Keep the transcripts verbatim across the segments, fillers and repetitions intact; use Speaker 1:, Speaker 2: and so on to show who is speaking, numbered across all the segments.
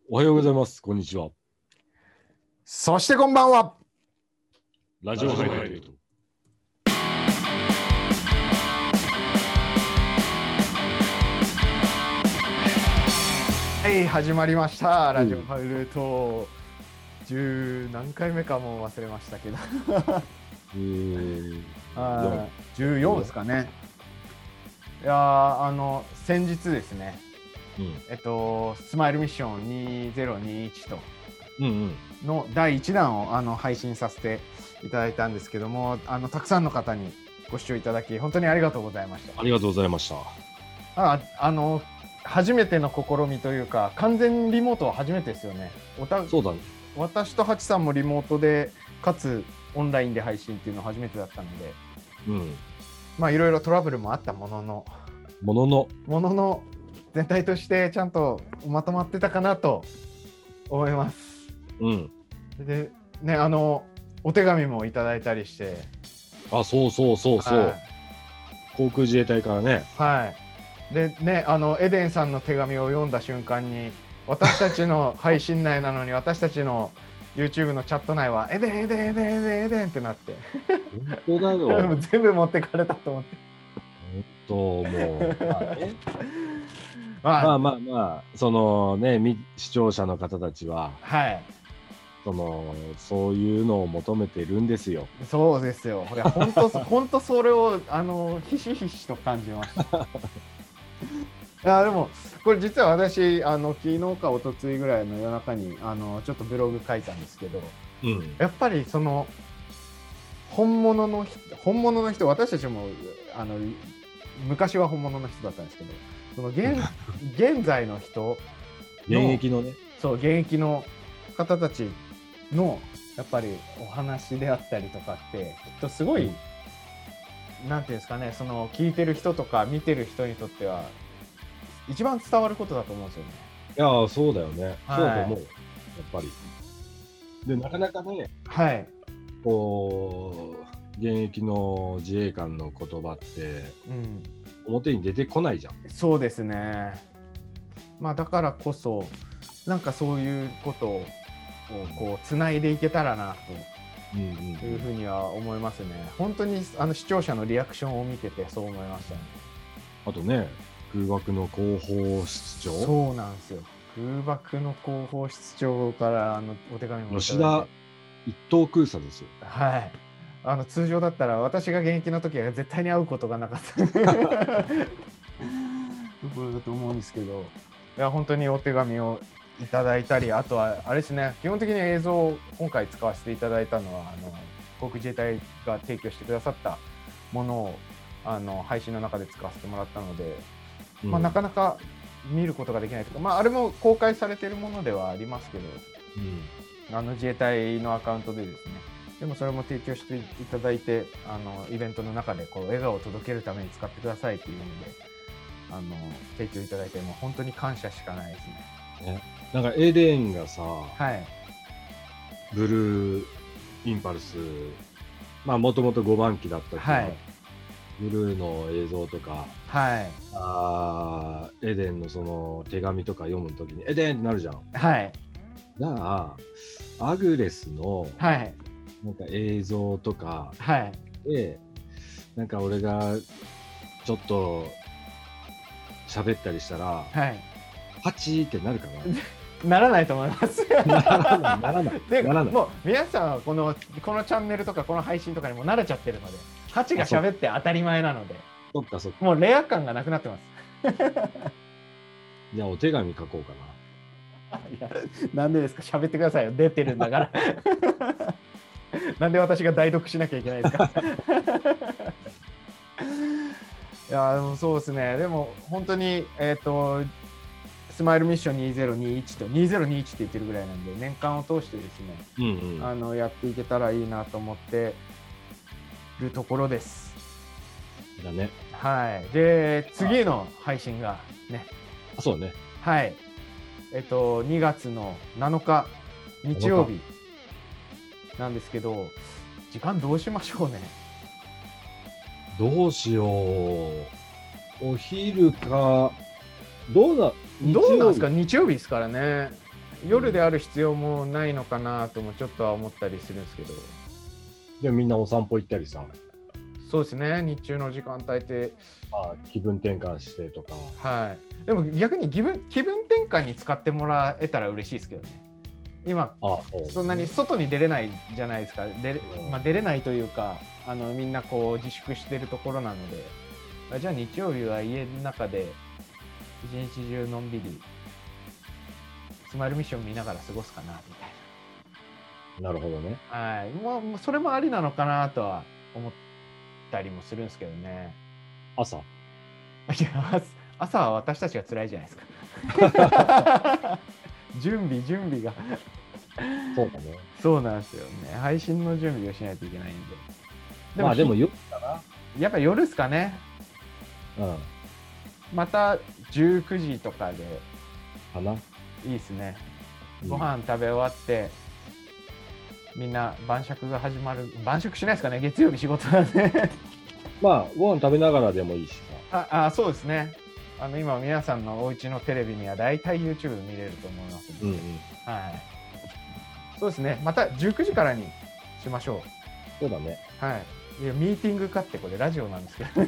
Speaker 1: おはようございます。こんにちは。
Speaker 2: そしてこんばんは。
Speaker 1: ラジオハイライト。
Speaker 2: はい、始まりました。ラジオハイライト。十何回目かも忘れましたけど。
Speaker 1: えー、
Speaker 2: あじゅうよんですかね。いやー、あの、先日ですね、
Speaker 1: うん、
Speaker 2: えっと、スマイルミッションにせんにじゅういちと
Speaker 1: うんうん
Speaker 2: のだいいちだんをあの配信させていただいたんですけども、あのたくさんの方にご視聴いただき本当にありがとうございました。
Speaker 1: ありがとうございました。
Speaker 2: ああの初めての試みというか、完全リモートは初めてですよね。おた
Speaker 1: そうだね。
Speaker 2: 私とハチさんもリモートでかつオンラインで配信っていうのは初めてだったので、
Speaker 1: うん。
Speaker 2: まあいろいろトラブルもあったものの
Speaker 1: ものの
Speaker 2: ものの全体としてちゃんとまとまってたかなと思います。
Speaker 1: うん。
Speaker 2: でね、あのお手紙もいただいたりして、
Speaker 1: あ、そうそうそうそう。
Speaker 2: はい、
Speaker 1: 航空自衛隊からね。
Speaker 2: はい。でね、あのエデンさんの手紙を読んだ瞬間に、私たちの配信内なのに私たちの YouTube のチャット内はエデンエデンエデンエデンエデンってなって、
Speaker 1: 本当だよ。
Speaker 2: 全部持ってかれたと思って。
Speaker 1: 本当もう。まあね、
Speaker 2: まあ
Speaker 1: まあまあまあ、そのね、み視聴者の方たちは、
Speaker 2: はい、
Speaker 1: そのそういうのを求めてるんですよ。
Speaker 2: そうですよ。いや本当本当それをあのひしひしと感じました。いやでもこれ実は私あの昨日か一昨日ぐらいの夜中にあのちょっとブログ書いたんですけど、
Speaker 1: うん。
Speaker 2: やっぱりその本物の人本物の人、私たちもあの昔は本物の人だったんですけど、その 現, 現在の人
Speaker 1: 現役のね。
Speaker 2: そう現役の方たちのやっぱりお話であったりとかってきっとすごい、うん、なんていうんですかね、その聞いてる人とか見てる人にとっては一番伝わることだと思うんですよね。
Speaker 1: いやー、そうだよね。
Speaker 2: はい、
Speaker 1: そうと思う。やっぱり。で、なかなかね、
Speaker 2: はい、
Speaker 1: こう現役の自衛官の言葉って、うん、表に出てこないじゃん。
Speaker 2: そうですね。まあだからこそなんかそういうことをこうつないでいけたらなというふうには思いますね。本当にあの視聴者のリアクションを見ててそう思いましたね。
Speaker 1: あとね、空爆の広報室長。
Speaker 2: そうなんですよ。空爆の広報室長からあのお手紙もいただいて、
Speaker 1: 吉田一等空佐ですよ。
Speaker 2: はい。あの通常だったら私が現役の時は絶対に会うことがなかったところだと思うんですけど、いや本当にお手紙をいただいたり、あとはあれですね、基本的に映像を今回使わせていただいたのはあの航空自衛隊が提供してくださったものをあの配信の中で使わせてもらったので、うん、まあ、なかなか見ることができないというか、まあ、あれも公開されているものではありますけど、うん、あの自衛隊のアカウントでですね、でもそれも提供していただいて、あのイベントの中でこう笑顔を届けるために使ってくださいというのであの提供いただいて、もう本当に感謝しかないですね。
Speaker 1: ね、なんかエデンがさ、
Speaker 2: はい、
Speaker 1: ブルーインパルス、まあもともとごばん機だったけど、はい、ブルーの映像とか、
Speaker 2: はい、
Speaker 1: あエデンのその手紙とか読むときにエデンってなるじゃん。
Speaker 2: はい。
Speaker 1: じゃあアグレスの
Speaker 2: なん
Speaker 1: か映像とかで、
Speaker 2: はい、
Speaker 1: なんか俺がちょっと喋ったりしたら、はい、パチーってなるかな。
Speaker 2: ならないと思います。
Speaker 1: ならない、ならない。
Speaker 2: でもう皆さんはこのこのチャンネルとかこの配信とかにも慣れちゃってるので、ハチが喋って当たり前なので、
Speaker 1: そっかそっか、
Speaker 2: もうレア感がなくなってます。
Speaker 1: じゃあお手紙書こうかな。
Speaker 2: いや、なんでですか、喋ってくださいよ、出てるんだからなんで私が代読しなきゃいけないですかいやでもそうですね。でも本当にえっとスマイルミッションにせんにじゅういちとにせんにじゅういちって言ってるぐらいなんで、年間を通してですね、うんうん、あのやっていけたらいいなと思ってるところです。
Speaker 1: だね。
Speaker 2: はい。で次の配信がね。
Speaker 1: あ、そうね。
Speaker 2: はい。えっとにがつのなのか日曜日なんですけど、時間どうしましょうね。
Speaker 1: どうしよう。お昼か。どうだ。
Speaker 2: どうなんですか、日曜日ですからね。 夜である必要もないのかなともちょっとは思ったりするんですけど。
Speaker 1: でもみんなお散歩行ったりさ。
Speaker 2: そうですね、日中の時間帯で、
Speaker 1: まあ、気分転換してとか。
Speaker 2: はい。でも逆に気分気分転換に使ってもらえたら嬉しいですけどね。今
Speaker 1: ああそう
Speaker 2: そんなに外に出れないじゃないですか。出れ、まあ、出れないというか、あのみんなこう自粛してるところなので、あじゃあ日曜日は家の中で一日中のんびりスマイルミッション見ながら過ごすかなみたい
Speaker 1: なるほどね。
Speaker 2: な。はい。もうそれもありなのかなとは思ったりもするんですけどね。
Speaker 1: 朝。
Speaker 2: いや、朝は私たちが辛いじゃないですか。準備準備が
Speaker 1: そうだね。
Speaker 2: そうなんですよね。配信の準備をしないといけないんで。
Speaker 1: でも、まあでも夜かな。
Speaker 2: やっぱ夜ですかね。
Speaker 1: うん。
Speaker 2: またじゅうくじとかで
Speaker 1: かな。
Speaker 2: いいですね。ご飯食べ終わって、うん、みんな晩酌が始まる。晩酌しないですかね。月曜日仕事なんで。ま
Speaker 1: あご飯食べながらでもいいし
Speaker 2: さ。ああ、そうですね。あの今皆さんのお家のテレビにはだいたい YouTube 見れると思いますので、うんうん、はい。そうですね。またじゅうくじからにしましょう。
Speaker 1: そうだね。
Speaker 2: はい。いやミーティングかってこれラジオなんですけど。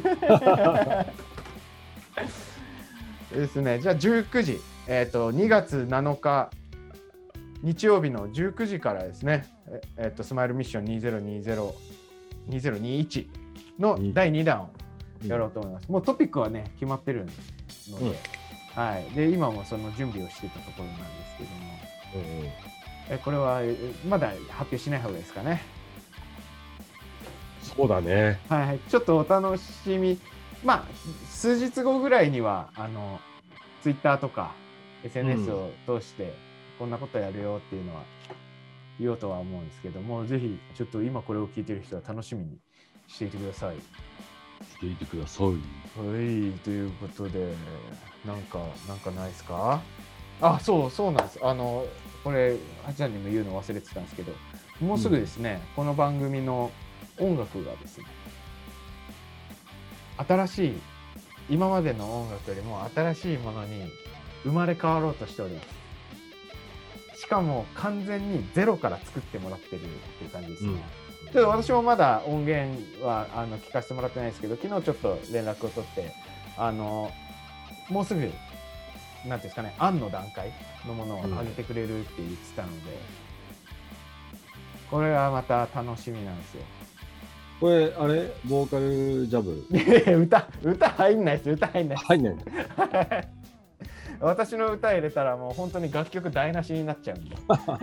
Speaker 2: ですね。じゃあじゅうくじ、えっとにがつなのか日曜日のじゅうくじからですね。えっとスマイルミッションにせんにじゅう にせんにじゅういちのだいにだんをやろうと思います。もうトピックはね決まってるので、うん、はい。で今もその準備をしてたところなんですけども、うんうん、えこれはまだ発表しない方がいいですかね。
Speaker 1: そうだね。
Speaker 2: はい。ちょっとお楽しみ。まあ数日後ぐらいにはあのツイッターとか エスエヌエス を通してこんなことやるよっていうのは言おうとは思うんですけども、ぜひちょっと今これを聞いてる人は楽しみにしていてください。
Speaker 1: していてください。はい、
Speaker 2: ということで、なんか、なんかないですか？あ、そう、そうなんです。あの、これ、はちちゃんにも言うの忘れてたんですけど、もうすぐですね、うん、この番組の音楽がですね、新しい、今までの音楽よりも新しいものに生まれ変わろうとしております。しかも完全にゼロから作ってもらってるっていう感じですね。うんちょっと私もまだ音源はあの聞かせてもらってないですけど、昨日ちょっと連絡を取って、あのもうすぐなんていうんですかね、案の段階のものを上げてくれるって言ってたので、うん、これはまた楽しみなんですよ。
Speaker 1: これあれボーカルジャブ？
Speaker 2: 歌歌入んないです。歌入んないです。
Speaker 1: 入んない。
Speaker 2: 私の歌入れたらもう本当に楽曲台無しになっちゃうんで。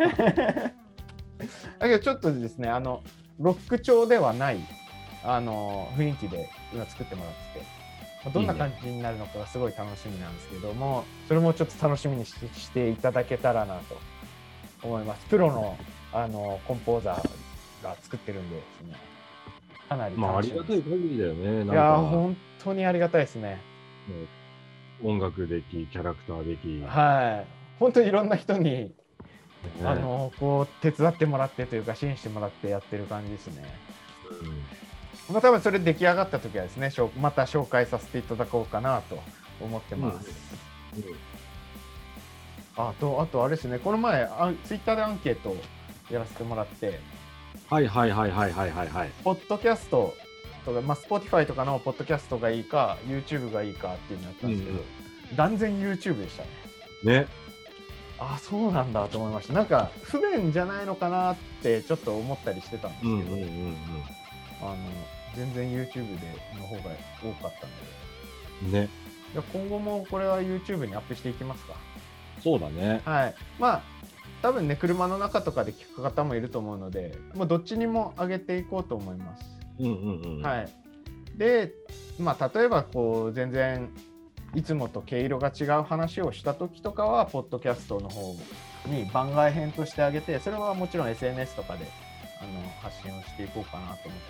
Speaker 2: だけどちょっとですね、あのロック調ではないあの雰囲気で今作ってもらってて、まあ、どんな感じになるのかがすごい楽しみなんですけども、それもちょっと楽しみに し, していただけたらなと思います。プロのあのコンポーザーが作ってるんでですね、かなり楽しみです。
Speaker 1: まあありがたい限りだよね。なんか
Speaker 2: いや本当にありがたいですね。
Speaker 1: 音楽でき、キャラクターでき、
Speaker 2: はい、本当にいろんな人にあのこう手伝ってもらってというか支援してもらってやってる感じですね。うん、まあ多分それ出来上がった時はですね、また紹介させていただこうかなと思ってます。うんうん、あとあとあれですね、この前あツイッターでアンケートをやらせてもらって、
Speaker 1: はいはいはいはいはいはいはい。
Speaker 2: ポッドキャストとかまあ Spotify とかのポッドキャストがいいか YouTube がいいかっていうのやったんですけど、うん、断然 YouTube でしたね。
Speaker 1: ね。あ、
Speaker 2: そうなんだと思いました。なんか不便じゃないのかなってちょっと思ったりしてたんですけど、うんうんうんうん、あの全然 YouTube での方が多かったので、ね、いや今後もこれは YouTube にアップしていきますか。
Speaker 1: そうだね。
Speaker 2: はい。まあ多分ね車の中とかで聞く方もいると思うので、もうどっちにも上げていこうと思います。うんうんうん、はい。で、まあ例えばこう全然いつもと毛色が違う話をした時とかはポッドキャストの方に番外編としてあげて、それはもちろん エスエヌエス とかであの発信をしていこうかなと思ってます。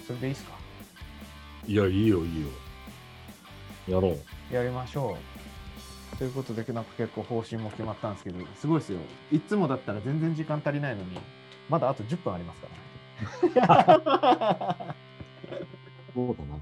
Speaker 2: それでいいですか？
Speaker 1: いや、いいよいいよ、やろ
Speaker 2: う。やりましょうということで、なんか結構方針も決まったんですけど、すごいですよ。いつもだったら全然時間足りないのにまだあとじゅっぷんありますからね。
Speaker 1: そうだな。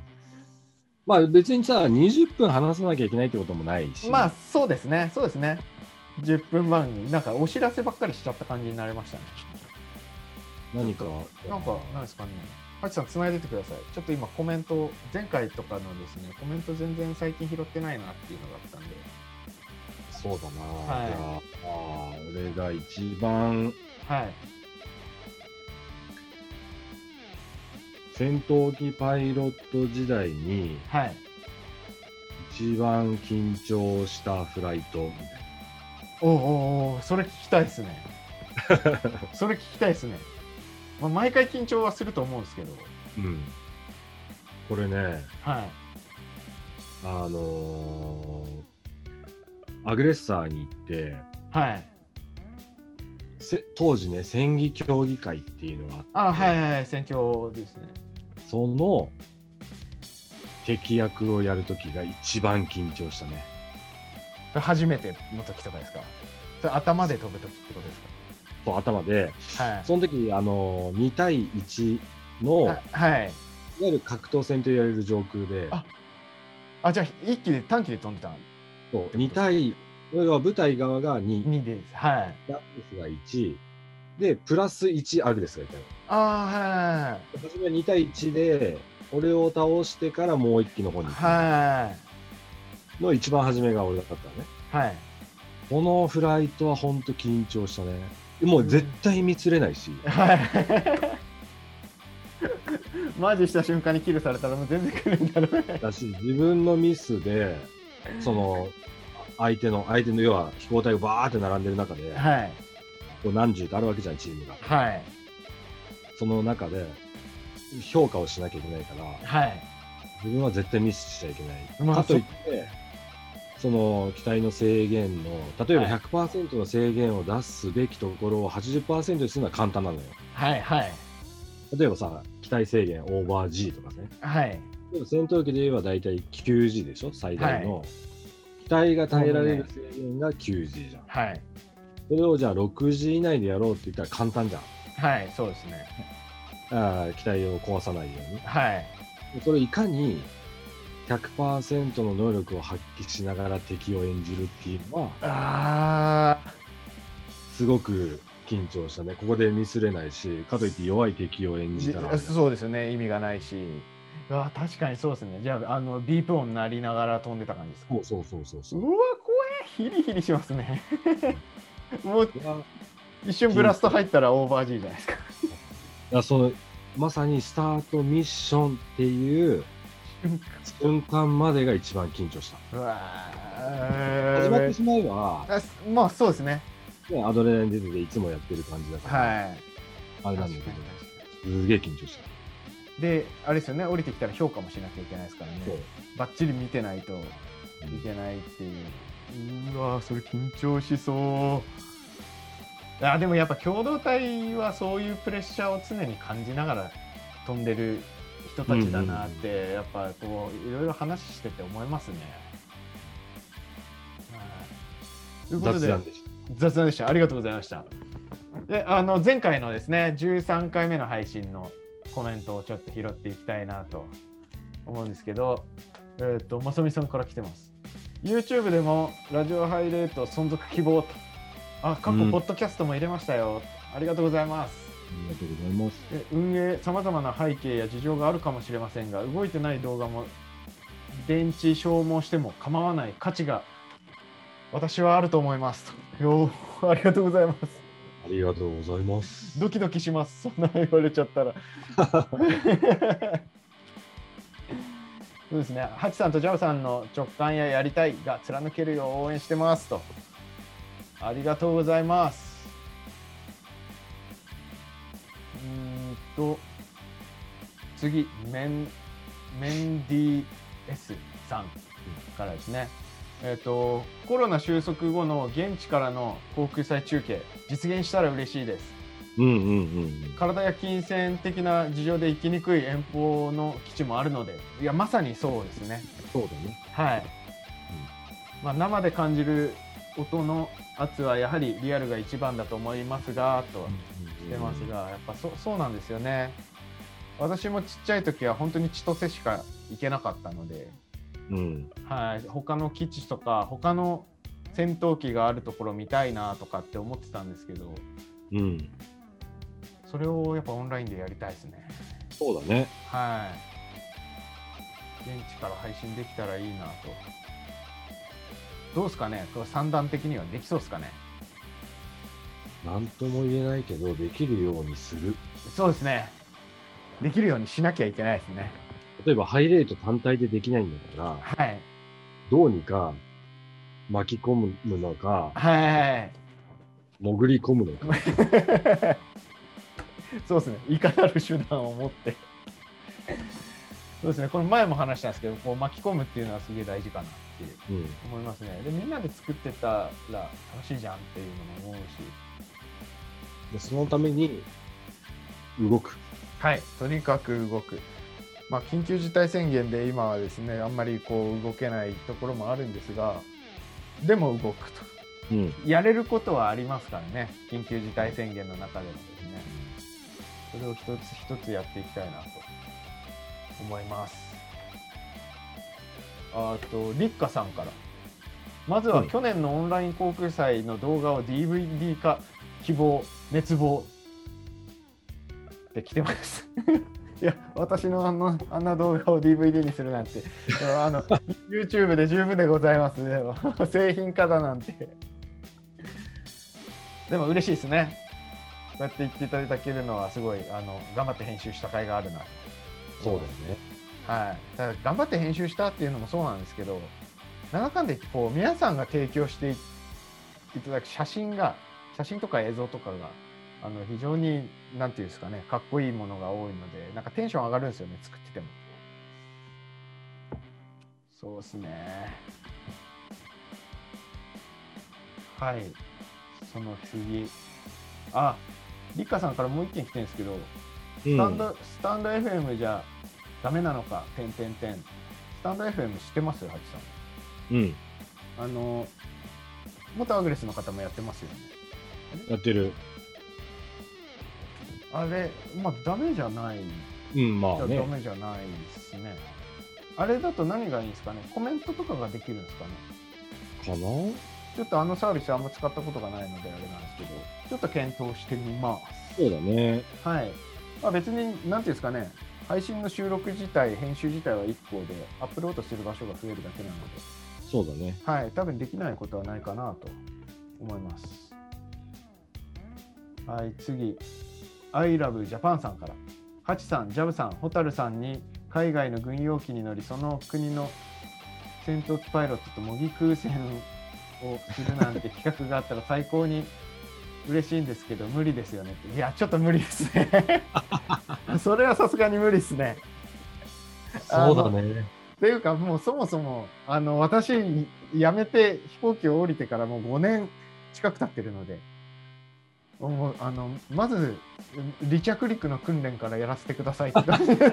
Speaker 1: まあ別にさにじゅっぷん話さなきゃいけないってこともないし、
Speaker 2: まあそうですねそうですね。 じゅっぷん番組なんかお知らせばっかりしちゃった感じになりましたね。
Speaker 1: 何か
Speaker 2: なんかなんですかね。ハチさんつないでてください。ちょっと今コメント前回とかのですねコメント全然最近拾ってないなっていうのがあったんで。
Speaker 1: そうだな、
Speaker 2: はい、
Speaker 1: じゃああ俺が一番、
Speaker 2: はい、
Speaker 1: 戦闘機パイロット時代に、
Speaker 2: はい、
Speaker 1: 一番緊張したフライトみたいな。
Speaker 2: おうおうおう、それ聞きたいですね。それ聞きたいですね。まあ、毎回緊張はすると思うんですけど。
Speaker 1: うん。これね、
Speaker 2: はい。
Speaker 1: あのー、アグレッサーに行って、
Speaker 2: はい。
Speaker 1: せ当時ね、戦技競技会っていうのがあって、
Speaker 2: あ、はいはい、戦況ですね。
Speaker 1: その敵役をやるときが一番緊張したね。
Speaker 2: 初めての時とかですか？それ頭で飛ぶ時ってことですか？
Speaker 1: そう、頭で、
Speaker 2: はい、
Speaker 1: その時あのに対いちの、
Speaker 2: はい、いわ
Speaker 1: ゆる格闘戦と言われる上空で、
Speaker 2: ああ、じゃあ一気で短期で飛んでたん
Speaker 1: そうに対、これは舞台側がに、
Speaker 2: にです。はい。
Speaker 1: ダンスがいちでプラスいちアグレスがいたの。
Speaker 2: ああ、はい。
Speaker 1: 初めはに対いちで俺を倒してからもう一機の方に行く
Speaker 2: は
Speaker 1: の一番初めが俺だったのね。
Speaker 2: はい。
Speaker 1: このフライトはほんと緊張したね。もう絶対ミスれないし、
Speaker 2: はい。マジした瞬間にキルされたらもう全然来るんだろうね。
Speaker 1: だし、自分のミスでその相手の相手の要は飛行隊がバーって並んでる中で、
Speaker 2: はい、
Speaker 1: こう何十とあるわけじゃんチームが。
Speaker 2: はい、
Speaker 1: その中で評価をしなきゃいけないから、
Speaker 2: はい、
Speaker 1: 自分は絶対ミスしちゃいけない。
Speaker 2: まあ
Speaker 1: かといってその機体の制限の例えば ひゃくパーセント の制限を出すべきところを はちじゅっパーセント にするのは簡単なのよ。
Speaker 2: はいはい。
Speaker 1: 例えばさ、機体制限オーバー G とかね。
Speaker 2: はい。
Speaker 1: 例えば戦闘機で言えば大体 きゅうジー でしょ、最大の。機体が耐えられる制限が きゅうジー じゃん。
Speaker 2: はい。
Speaker 1: それをじゃあ ろくジー 以内でやろうって言ったら簡単じゃん。
Speaker 2: はい、そうですね。
Speaker 1: あ機体を壊さないように。
Speaker 2: はい。
Speaker 1: それをいかに ひゃくパーセント の能力を発揮しながら敵を演じるっていうのは、
Speaker 2: ああ。
Speaker 1: すごく緊張したね。ここでミスれないし、かといって弱い敵を演じたら。
Speaker 2: そうですよね、意味がないし。あ、確かにそうですね。じゃあ、あのビープ音鳴りながら飛んでた感じですか？
Speaker 1: そうそうそうそう。
Speaker 2: うわ、怖い、ヒリヒリしますね。もう一瞬ブラスト入ったらオーバー G じゃないですか。
Speaker 1: だそのまさにスタートミッションっていう瞬間までが一番緊張した。
Speaker 2: うわ
Speaker 1: 始まってしまえば、
Speaker 2: あ、まあそうですね。
Speaker 1: ね、アドレナリン出てていつもやってる感じだから、
Speaker 2: はい。
Speaker 1: あれなんだけど、すげえ緊張した。
Speaker 2: で、あれですよね、降りてきたら評価もしなきゃいけないですからね。バッチリ見てないといけないっていう。うわ、それ緊張しそう。あ、でもやっぱ共同体はそういうプレッシャーを常に感じながら飛んでる人たちだなって、うんうんうん、やっぱこういろいろ話してて思いますね。ということで、雑談でした。雑談でした。ありがとうございました。で、あの前回のですね、じゅうさんかいめの配信のコメントをちょっと拾っていきたいなと思うんですけど、えっと、まさみさんから来てます。YouTube でもラジオハイレート存続希望と。あ、過去ポッドキャストも入れましたよ。うん、ありがとうございます。
Speaker 1: ありがとうございます。
Speaker 2: 運営、さまざまな背景や事情があるかもしれませんが、動いてない動画も電池消耗しても構わない価値が私はあると思いますと。よー、ありがとうございます。
Speaker 1: ありがとうございます。
Speaker 2: ドキドキします。そんな言われちゃったら。そうですね。ハチさんとジャオさんの直感ややりたいが貫けるよう応援してますと。ありがとうございます。うーんと次メンメンディ S さんからですね。えっとコロナ収束後の現地からの航空祭中継実現したら嬉しいです。
Speaker 1: うんうんうんうん、
Speaker 2: 体や金銭的な事情で行きにくい遠方の基地もあるので、いやまさにそうですね。
Speaker 1: そうだね。
Speaker 2: はい。うん、まあ、生で感じる音の圧はやはりリアルが一番だと思いますがとしてますが、やっぱ そ, そうなんですよね。私もちっちゃい時は本当に千歳しか行けなかったので、
Speaker 1: うん、
Speaker 2: はい、他の基地とか他の戦闘機があるところ見たいなとかって思ってたんですけど、
Speaker 1: うん、
Speaker 2: それをやっぱオンラインでやりたいですね。
Speaker 1: そうだね。
Speaker 2: はい。現地から配信できたらいいなと。どうですかね、これ三段的にはできそうですかね。
Speaker 1: なんとも言えないけど、できるようにする。
Speaker 2: そうですね。できるようにしなきゃいけないですね。
Speaker 1: 例えばハイレート単体でできないんだから、
Speaker 2: はい。
Speaker 1: どうにか巻き込むのか、
Speaker 2: はい。
Speaker 1: 潜り込むのか。
Speaker 2: そうですね。いかなる手段を持って。そうですね。これ前も話したんですけど、こう巻き込むっていうのはすげえ大事かなって思いますね。で、みんなで作ってたら楽しいじゃんっていうのも思うし。
Speaker 1: でそのために動く。
Speaker 2: はい。とにかく動く。まあ、緊急事態宣言で今はですね、あんまりこう動けないところもあるんですが、でも動くと。うん、やれることはありますからね。緊急事態宣言の中でもですね。それを一つ一つやっていきたいなと思います。あと、リッカさんから。まずは去年のオンライン航空祭の動画を ディーブイディー 化希望、熱望って来てます。いや、私のあのあんな動画を ディーブイディー にするなんて、あの YouTube で十分でございますね。製品化だなんて。でも嬉しいですね。こうやって言っていただけるのはすごいあの頑張って編集した甲斐があるな。
Speaker 1: そうですね。
Speaker 2: はい。だから頑張って編集したっていうのもそうなんですけど、なんだかんだ言ってこう皆さんが提供していただく写真が、写真とか映像とかがあの非常になんていうんですかね、かっこいいものが多いので、なんかテンション上がるんですよね、作ってても。そうですね。はい。その次。あ、リカさんからもう一件来てるんですけど、スタンド、うん、スタンド エフエム じゃダメなのか、てんてんてん。スタンド エフエム 知ってますよ、ハチさん。うん。あの、元アグレスの方もやってますよね。
Speaker 1: やってる。
Speaker 2: あれ、まあ、ダメじゃない。
Speaker 1: うん、まあね。
Speaker 2: ダメじゃないですね。あれだと何がいいんですかね。コメントとかができるんですかね。
Speaker 1: かな？
Speaker 2: ちょっとあのサービスあんま使ったことがないのであれなんですけど、ちょっと検討してみます。
Speaker 1: そうだね。
Speaker 2: はい。まあ、別に、なんていうんですかね、配信の収録自体、編集自体はいっこで、アップロードする場所が増えるだけなので。
Speaker 1: そうだね。
Speaker 2: はい。多分できないことはないかなと思います。はい、次。I love Japan さんから。ハチさん、ジャブさん、ホタルさんに海外の軍用機に乗り、その国の戦闘機パイロットと模擬空戦をするなんて企画があったら最高に嬉しいんですけど、無理ですよねって。いや、ちょっと無理ですね。それはさすがに無理ですね。
Speaker 1: そうだね。
Speaker 2: っていうか、もうそもそも、あの、私、辞めて飛行機を降りてからもうごねん近く経ってるので、もうあのまず離着陸の訓練からやらせてくださいって感じ。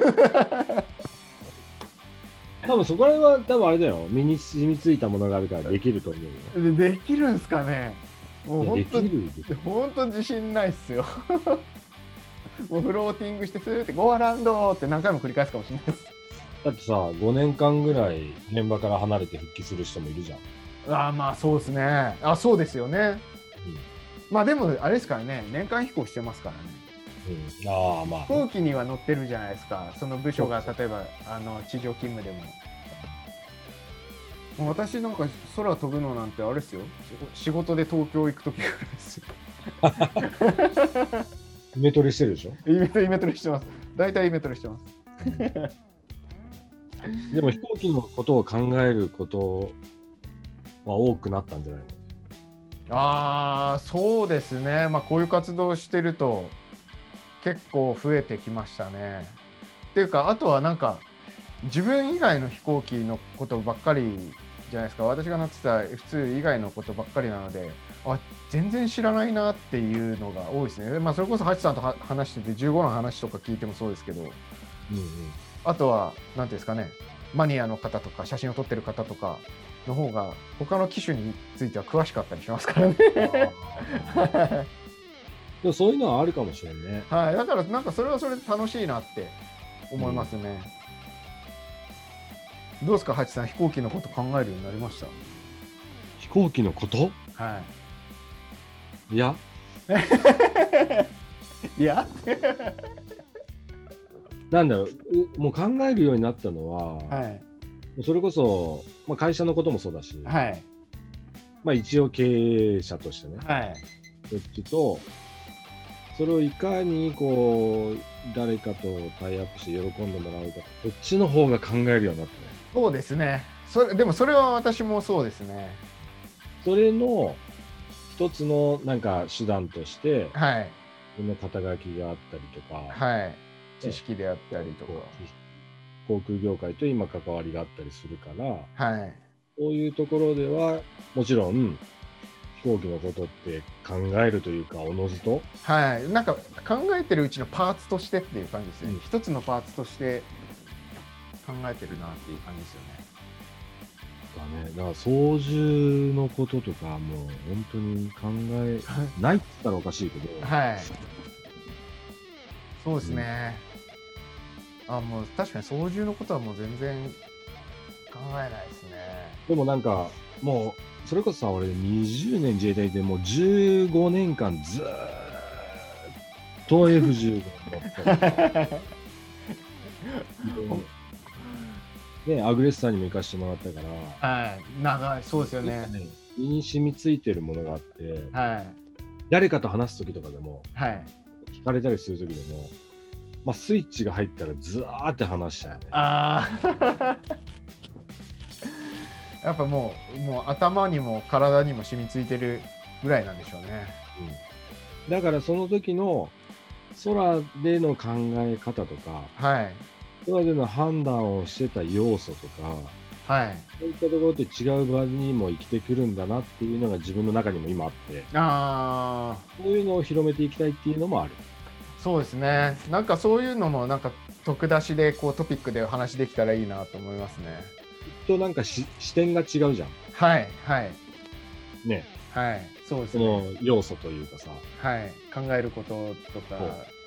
Speaker 1: 多分そこら辺は多分あれだよ、身に染みついたものがあるからできると思う
Speaker 2: よ。できるんですかね。もう本当
Speaker 1: に
Speaker 2: 本当自信ないっすよ。もうフローティングしてスーってゴーランドって何回も繰り返すかもしれないです。
Speaker 1: だってさ、ごねんかんぐらい現場から離れて復帰する人もいるじゃん。
Speaker 2: ああ、まあそうですね。あ、そうですよね。うん、まあでもあれですからね、年間飛行してますからね。
Speaker 1: うん、ああまあ、
Speaker 2: 飛行機には乗ってるじゃないですか。その部署が例えばあの地上勤務でも。もう私なんか空飛ぶのなんてあれですよ。仕事で東京行くときぐらいですよ。
Speaker 1: イメトレしてるでしょ。
Speaker 2: イメトレイメトレしてます。大体イメトレしてます。
Speaker 1: でも飛行機のことを考えることは多くなったんじゃないの？
Speaker 2: ああ、そうですね。まあこういう活動をしてると結構増えてきましたね。っていうか、あとはなんか自分以外の飛行機のことばっかりじゃないですか。私が乗ってた エフツー 以外のことばっかりなので、あ、全然知らないなっていうのが多いですね。まあそれこそハチさんと話しててじゅうごの話とか聞いてもそうですけど、うんうん、あとは何ていうんですかね、マニアの方とか写真を撮ってる方とかの方が他の機種については詳しかったりしますからね。
Speaker 1: でもそういうのはあるかもしれんね。
Speaker 2: はい、だからなんかそれはそれで楽しいなって思いますね。うん、どうですか、ハチさん、飛行機のこと考えるようになりました？
Speaker 1: 飛飛行機のこと、
Speaker 2: はい、
Speaker 1: いや
Speaker 2: いや
Speaker 1: なんだろう、もう考えるようになったのは、はい、それこそ、まあ、会社のこともそうだし、はい、まあ、一応経営者としてね、はい、こっちとそれをいかにこう誰かとタイアップして喜んでもらうか、こっちの方が考えるようになったね。
Speaker 2: そうですね。それでもそれは私もそうですね。
Speaker 1: それの一つのなんか手段として、はい、この肩書きがあったりとか、はい、
Speaker 2: 知識であったりとか、
Speaker 1: 航空業界と今関わりがあったりするから、はい、そういうところではもちろん飛行機のことって考えるというか、おのずと、
Speaker 2: はい、なんか考えてるうちのパーツとしてっていう感じですね、うん、一つのパーツとして考えてるなっていう感じですよね。
Speaker 1: だね、だから操縦のこととかもう本当に考えないって言ったらおかしいけど、はい、
Speaker 2: そうですね、うん、あ、もう確かに操縦のことはもう全然考えないですね。
Speaker 1: でもなんかもうそれこそさ、俺にじゅうねん自衛隊でもうじゅうごねんかんずーっと エフじゅうご 乗ったね、アグレッサーにも行かせてもらったから、
Speaker 2: はい、長い、そうですよね。
Speaker 1: 身に染みついてるものがあって、はい、誰かと話す時とかでも、はい、聞かれたりする時でも、まあ、スイッチが入ったらずーって話しちゃうね。あ
Speaker 2: やっぱもう、もう頭にも体にも染みついてるぐらいなんでしょうね。
Speaker 1: うん、だからその時の空での考え方とか、はい、空での判断をしてた要素とか、はい、そういったところって違う場にも生きてくるんだなっていうのが自分の中にも今あって、あそういうのを広めていきたいっていうのもある。
Speaker 2: そうですね。なんかそういうのもなんか特出しでこうトピックでお話できたらいいなと思いますね。
Speaker 1: きっとなんかし視点が違うじゃん。
Speaker 2: はいはい
Speaker 1: ね。
Speaker 2: はい、そうですね。
Speaker 1: その要素というかさ、
Speaker 2: はい、考えることとか。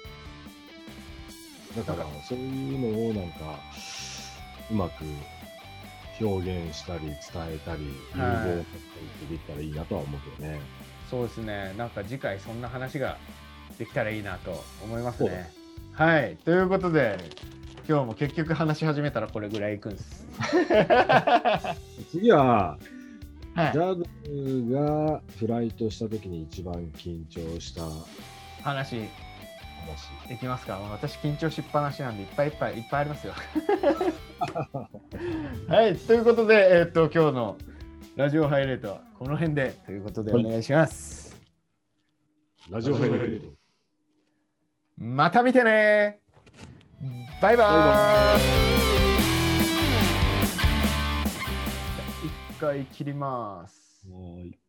Speaker 1: だからそういうのをなんかうまく表現したり伝えたり融合させてできたらいいなとは思うけどね。
Speaker 2: そうですね。なんか次回そんな話ができたらいいなと思いますね。はい、ということで今日も結局話し始めたらこれぐらいいくんです。
Speaker 1: 次は、はい、ジャブがフライトした時に一番緊張した
Speaker 2: 話いきますか。私緊張しっぱなしなんでいっぱいいっぱいいっぱいありますよ。はい、ということで、えー、っと今日のラジオハイライトはこの辺でということでお願いします。
Speaker 1: ラジオハイライト。
Speaker 2: また見てね。バイバーイ。一回切ります。はい。